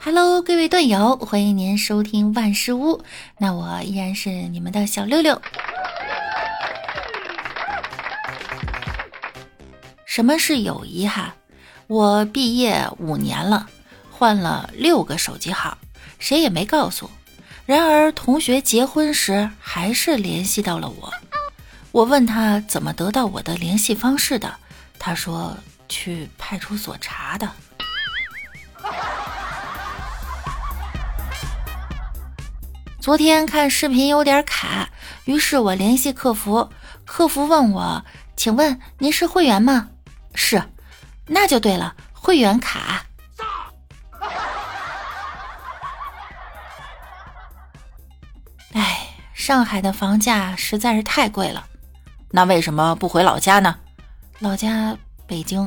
Hello，各位段友，欢迎您收听万事屋。那我依然是你们的小六六。什么是友谊哈？我毕业5年了，换了6个手机号，谁也没告诉。然而同学结婚时还是联系到了我。我问他怎么得到我的联系方式的，他说去派出所查的。昨天看视频有点卡，于是我联系客服，客服问我，请问您是会员吗？是，那就对了，会员卡。哎，上海的房价实在是太贵了。那为什么不回老家呢？老家北京。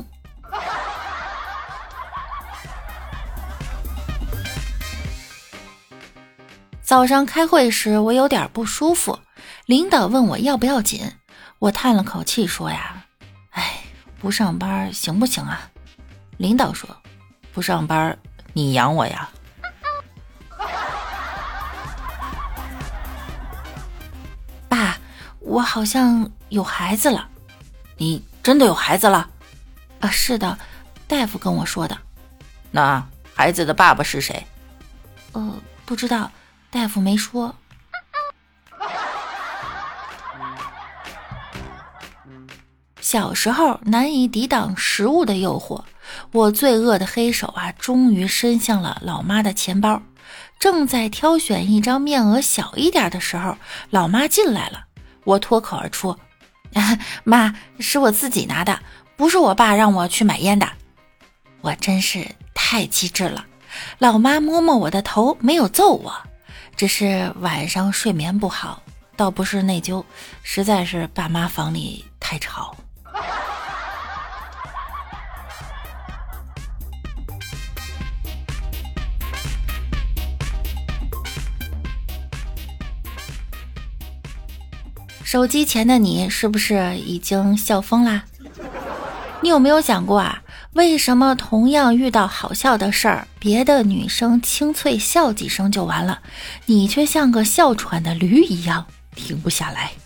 早上开会时我有点不舒服，领导问我要不要紧，我叹了口气说呀，不上班行不行啊？领导说，不上班你养我呀。爸，我好像有孩子了。你真的有孩子了？是的，大夫跟我说的。那孩子的爸爸是谁？不知道，大夫没说。小时候难以抵挡食物的诱惑，我罪恶的黑手终于伸向了老妈的钱包。正在挑选一张面额小一点的时候，老妈进来了。我脱口而出，妈，是我自己拿的，不是我爸让我去买烟的。我真是太机智了，老妈摸摸我的头，没有揍我，只是晚上睡眠不好，倒不是内疚，实在是爸妈房里太吵。手机前的你是不是已经笑疯啦？你有没有想过为什么同样遇到好笑的事儿，别的女生清脆笑几声就完了，你却像个哮喘的驴一样停不下来。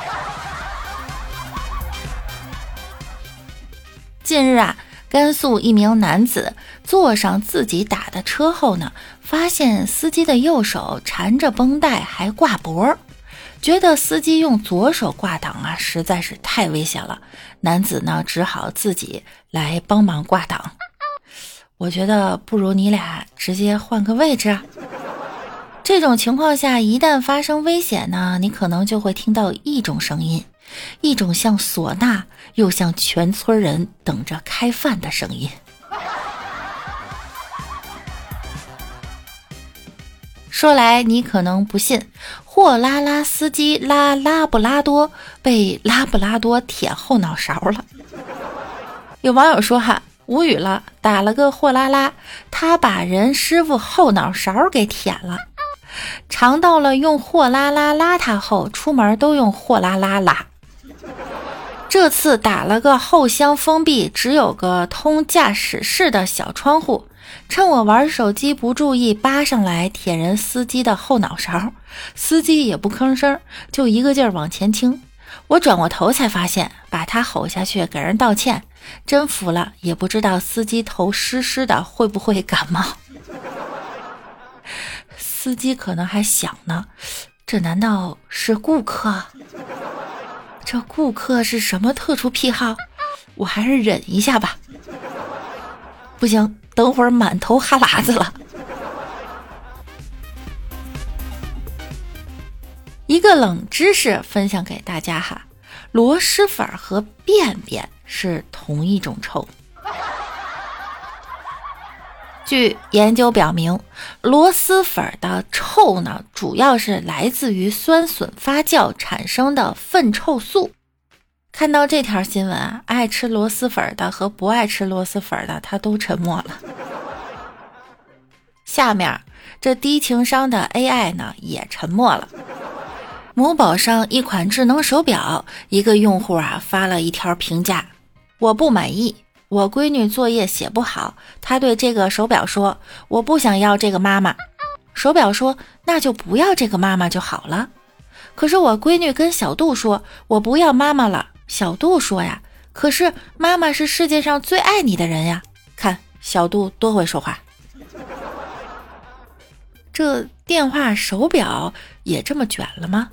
近日甘肃一名男子坐上自己打的车后呢，发现司机的右手缠着绷带还挂脖，觉得司机用左手挂挡实在是太危险了，男子呢只好自己来帮忙挂挡。我觉得不如你俩直接换个位置。这种情况下一旦发生危险呢，你可能就会听到一种声音，一种像唢呐又像全村人等着开饭的声音。说来你可能不信，货拉拉司机拉拉布拉多被拉布拉多舔后脑勺了。有网友说无语了，打了个货拉拉，他把人师傅后脑勺给舔了。尝到了用货拉拉拉他后，出门都用货拉拉拉。这次打了个后厢封闭，只有个通驾驶室的小窗户，趁我玩手机不注意扒上来舔人司机的后脑勺，司机也不吭声，就一个劲儿往前倾。我转过头才发现，把他吼下去给人道歉，真服了，也不知道司机头湿湿的会不会感冒。司机可能还想呢，这难道是顾客？这顾客是什么特殊癖好？我还是忍一下吧。不行，等会儿满头哈喇子了。一个冷知识分享给大家螺蛳粉和便便是同一种臭。据研究表明，螺蛳粉的臭呢，主要是来自于酸笋发酵产生的粪臭素。看到这条新闻爱吃螺蛳粉的和不爱吃螺蛳粉的他都沉默了。下面这低情商的 AI 呢也沉默了。某宝上一款智能手表，一个用户发了一条评价，我不满意， 我闺女作业写不好，她对这个手表说，我不想要这个妈妈。手表说，那就不要这个妈妈就好了。可是我闺女跟小杜说，我不要妈妈了。小杜说呀，可是妈妈是世界上最爱你的人呀。看小杜多会说话。这电话手表也这么卷了吗？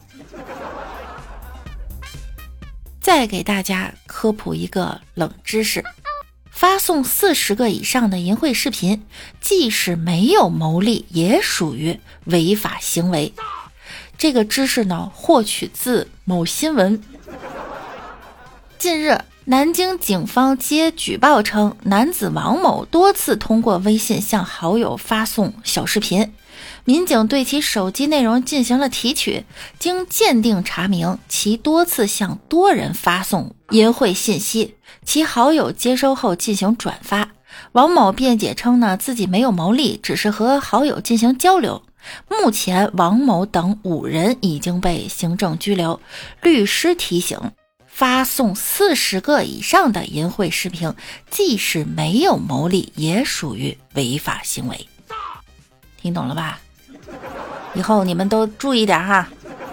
再给大家科普一个冷知识，发送40个以上的淫秽视频，即使没有牟利，也属于违法行为。这个知识呢，获取自某新闻。近日，南京警方接举报称，男子王某多次通过微信向好友发送小视频，民警对其手机内容进行了提取，经鉴定查明，其多次向多人发送淫秽信息，其好友接收后进行转发。王某辩解称呢，自己没有牟利，只是和好友进行交流。目前王某等5人已经被行政拘留。律师提醒，发送40个以上的淫秽视频，即使没有牟利，也属于违法行为。听懂了吧？以后你们都注意点哈。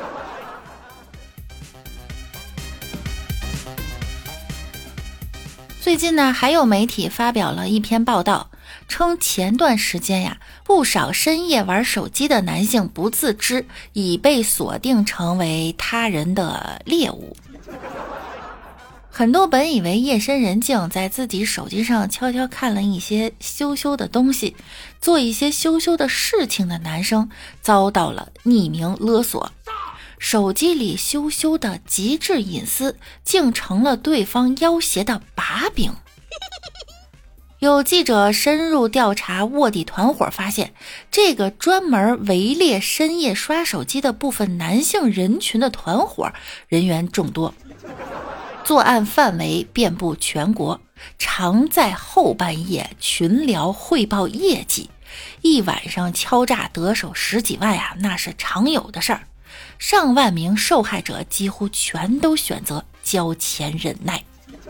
最近呢，还有媒体发表了一篇报道，称前段时间呀，不少深夜玩手机的男性不自知，已被锁定成为他人的猎物。很多本以为夜深人静，在自己手机上悄悄看了一些羞羞的东西，做一些羞羞的事情的男生，遭到了匿名勒索。手机里羞羞的极致隐私，竟成了对方要挟的把柄。有记者深入调查卧底团伙，发现这个专门围猎深夜刷手机的部分男性人群的团伙人员众多，作案范围遍布全国，常在后半夜群聊汇报业绩，一晚上敲诈得手10几万呀，那是常有的事儿。上万名受害者几乎全都选择交钱忍耐。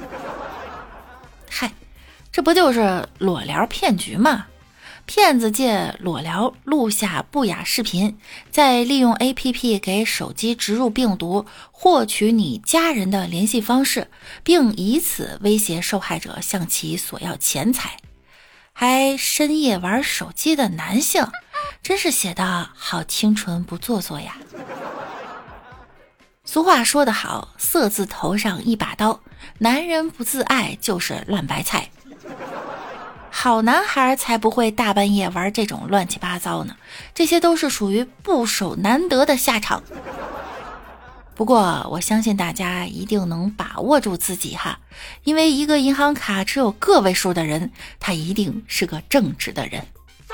嗨，这不就是裸聊骗局吗？骗子借裸聊录下不雅视频，再利用 APP 给手机植入病毒，获取你家人的联系方式，并以此威胁受害者向其索要钱财。还深夜玩手机的男性，真是写得好清纯不做作呀。俗话说得好，色字头上一把刀，男人不自爱就是烂白菜。好男孩才不会大半夜玩这种乱七八糟呢，这些都是属于不守难得的下场。不过我相信大家一定能把握住自己哈，因为一个银行卡只有个位数的人，他一定是个正直的人。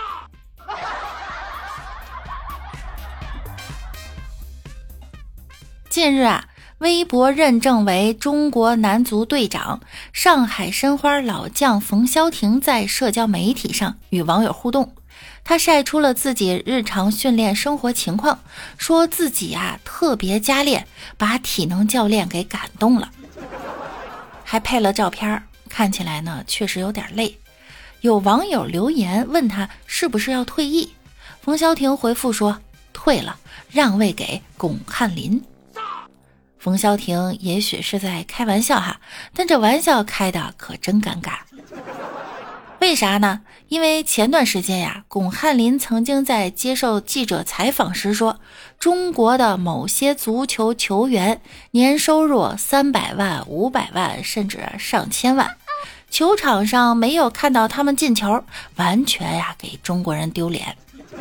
近日啊，微博认证为中国男足队长上海申花老将冯潇霆在社交媒体上与网友互动，他晒出了自己日常训练生活情况，说自己特别加练，把体能教练给感动了，还配了照片，看起来呢确实有点累。有网友留言问他是不是要退役，冯潇霆回复说退了，让位给巩汉林。冯潇霆也许是在开玩笑哈，但这玩笑开的可真尴尬。为啥呢？因为前段时间呀，巩汉林曾经在接受记者采访时说，中国的某些足球球员年收入300万、500万，甚至上千万，球场上没有看到他们进球，完全给中国人丢脸。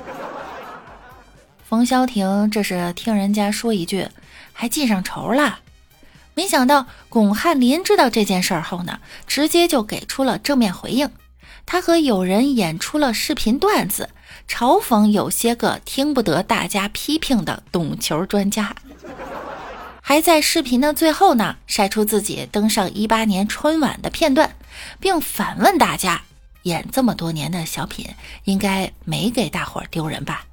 冯潇霆这是听人家说一句还记上仇了。没想到巩汉林知道这件事后呢，直接就给出了正面回应。他和友人演出了视频段子，嘲讽有些个听不得大家批评的懂球专家，还在视频的最后呢，晒出自己登上18年春晚的片段，并反问大家，演这么多年的小品应该没给大伙丢人吧。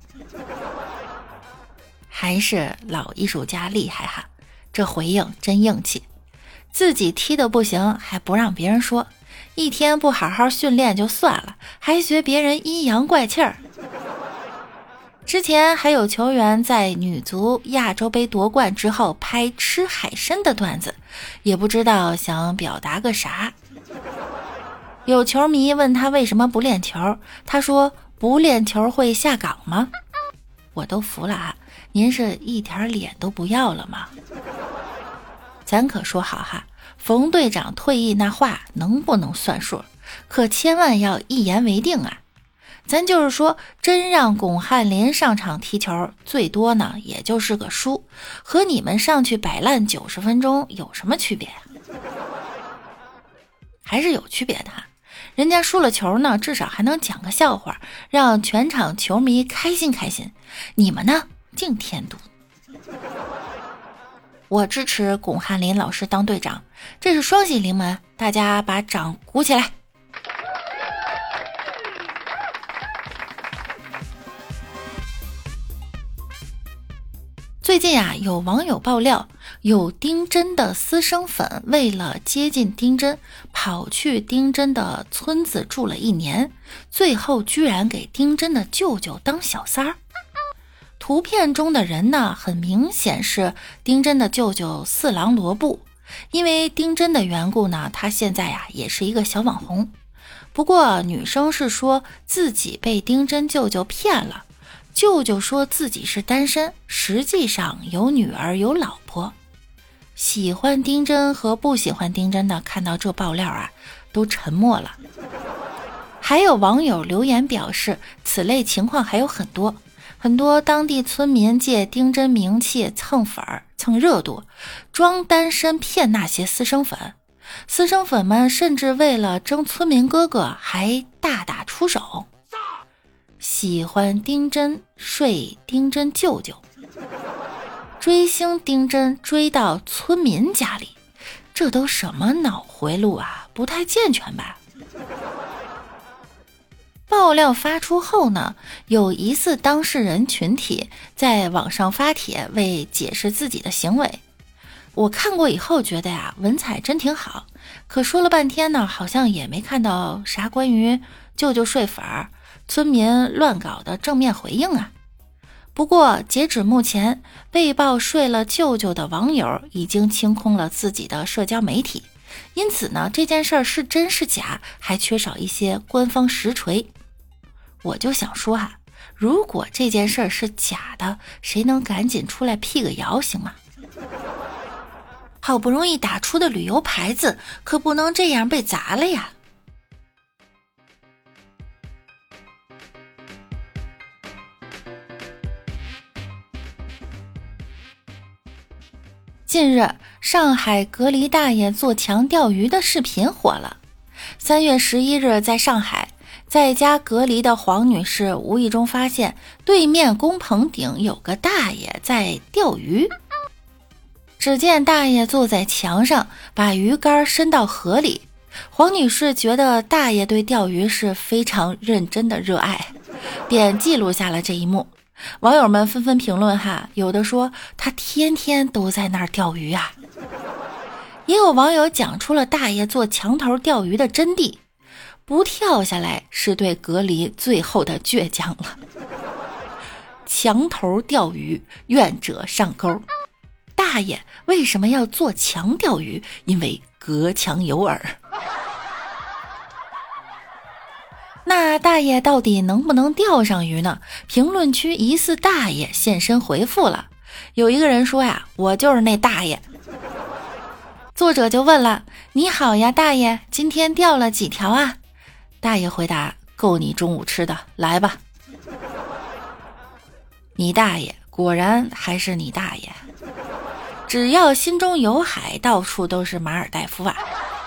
还是老艺术家厉害哈，这回应真硬气，自己踢的不行还不让别人说， 一天不好好训练就算了，还学别人阴阳怪气儿。之前还有球员在女足亚洲杯夺冠之后拍吃海参的段子，也不知道想表达个啥。有球迷问他为什么不练球，他说不练球会下岗吗？我都服了啊，您是一点脸都不要了吗？咱可说好哈，冯队长退役那话能不能算数，可千万要一言为定啊。咱就是说，真让巩汉林上场踢球，最多呢也就是个输，和你们上去摆烂90分钟有什么区别？还是有区别的哈。人家输了球呢，至少还能讲个笑话，让全场球迷开心开心。你们呢，净添堵。我支持巩汉林老师当队长，这是双喜临门，大家把掌鼓起来。最近啊，有网友爆料，有丁真的私生粉为了接近丁真，跑去丁真的村子住了1年，最后居然给丁真的舅舅当小三儿。图片中的人呢，很明显是丁真的舅舅四郎罗布。因为丁真的缘故呢，他现在呀也是一个小网红。不过女生是说自己被丁真舅舅骗了，舅舅说自己是单身，实际上有女儿有老婆。喜欢丁真和不喜欢丁真的看到这爆料啊，都沉默了。还有网友留言表示，此类情况还有很多。很多当地村民借丁真名气蹭粉儿蹭热度，装单身骗那些私生粉。私生粉们甚至为了争村民哥哥还大打出手。喜欢丁真睡丁真舅舅，追星丁真追到村民家里，这都什么脑回路啊，不太健全吧。爆料发出后呢，有疑似当事人群体在网上发帖为解释自己的行为。我看过以后觉得呀，文采真挺好，可说了半天呢，好像也没看到啥关于舅舅睡粉儿、村民乱搞的正面回应啊。不过截止目前，被曝睡了舅舅的网友已经清空了自己的社交媒体，因此呢，这件事儿是真是假，还缺少一些官方实锤。我就想说啊，如果这件事儿是假的，谁能赶紧出来辟个谣行吗？好不容易打出的旅游牌子，可不能这样被砸了呀。近日，上海隔离大爷做墙钓鱼的视频火了。3月11日，在上海，在家隔离的黄女士无意中发现对面工棚顶有个大爷在钓鱼。只见大爷坐在墙上，把鱼竿伸到河里。黄女士觉得大爷对钓鱼是非常认真的热爱，便记录下了这一幕。网友们纷纷评论哈，有的说他天天都在那儿钓鱼啊。也有网友讲出了大爷做墙头钓鱼的真谛，不跳下来是对隔离最后的倔强了。墙头钓鱼，愿者上钩。大爷为什么要做墙钓鱼？因为隔墙有耳。那大爷到底能不能钓上鱼呢？评论区疑似大爷现身回复了。有一个人说呀，我就是那大爷。作者就问了，你好呀大爷，今天钓了几条啊？大爷回答，够你中午吃的，来吧。你大爷果然还是你大爷，只要心中有海，到处都是马尔代夫啊。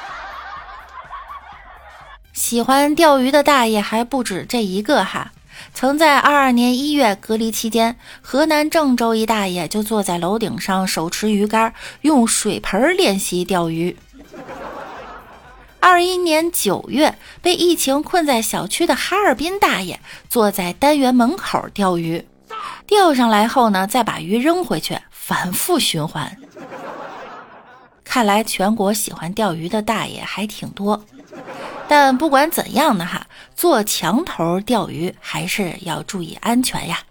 喜欢钓鱼的大爷还不止这一个哈。曾在22年1月隔离期间，河南郑州一大爷就坐在楼顶上手持鱼竿，用水盆练习钓鱼。21年9月，被疫情困在小区的哈尔滨大爷坐在单元门口钓鱼，钓上来后呢，再把鱼扔回去，反复循环。看来全国喜欢钓鱼的大爷还挺多。 但不管怎样呢做墙头钓鱼还是要注意安全呀。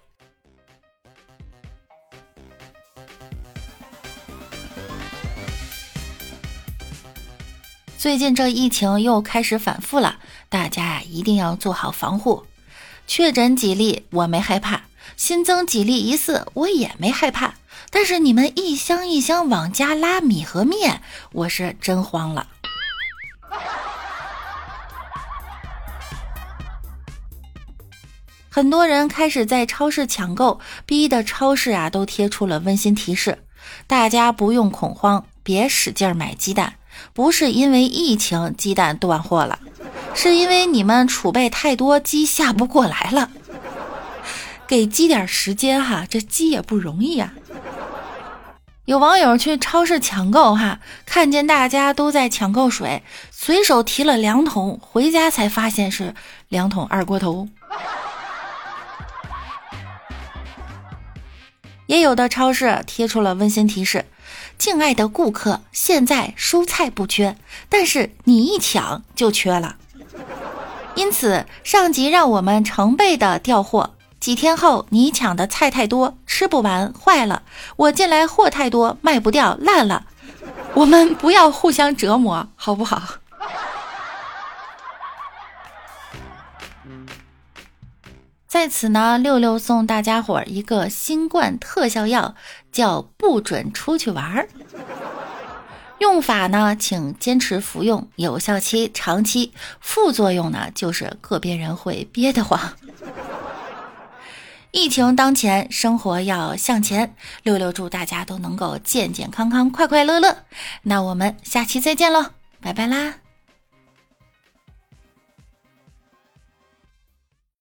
最近这疫情又开始反复了，大家一定要做好防护。确诊几例我没害怕，新增几例疑似我也没害怕，但是你们一箱一箱往家拉米和面，我是真慌了。很多人开始在超市抢购，逼得超市都贴出了温馨提示，大家不用恐慌，别使劲买鸡蛋，不是因为疫情鸡蛋断货了，是因为你们储备太多，鸡下不过来了。给鸡点时间这鸡也不容易呀。有网友去超市抢购看见大家都在抢购水，随手提了2桶，回家才发现是2桶二锅头。也有的超市贴出了温馨提示，敬爱的顾客，现在蔬菜不缺，但是你一抢就缺了。因此上级让我们成倍的调货，几天后你抢的菜太多，吃不完坏了，我进来货太多，卖不掉烂了，我们不要互相折磨好不好？在此呢，六六送大家伙一个新冠特效药，叫不准出去玩。用法呢，请坚持服用，有效期长期，副作用呢就是个别人会憋得慌。疫情当前，生活要向前，六六祝大家都能够健健康康、快快乐乐。那我们下期再见喽，拜拜啦。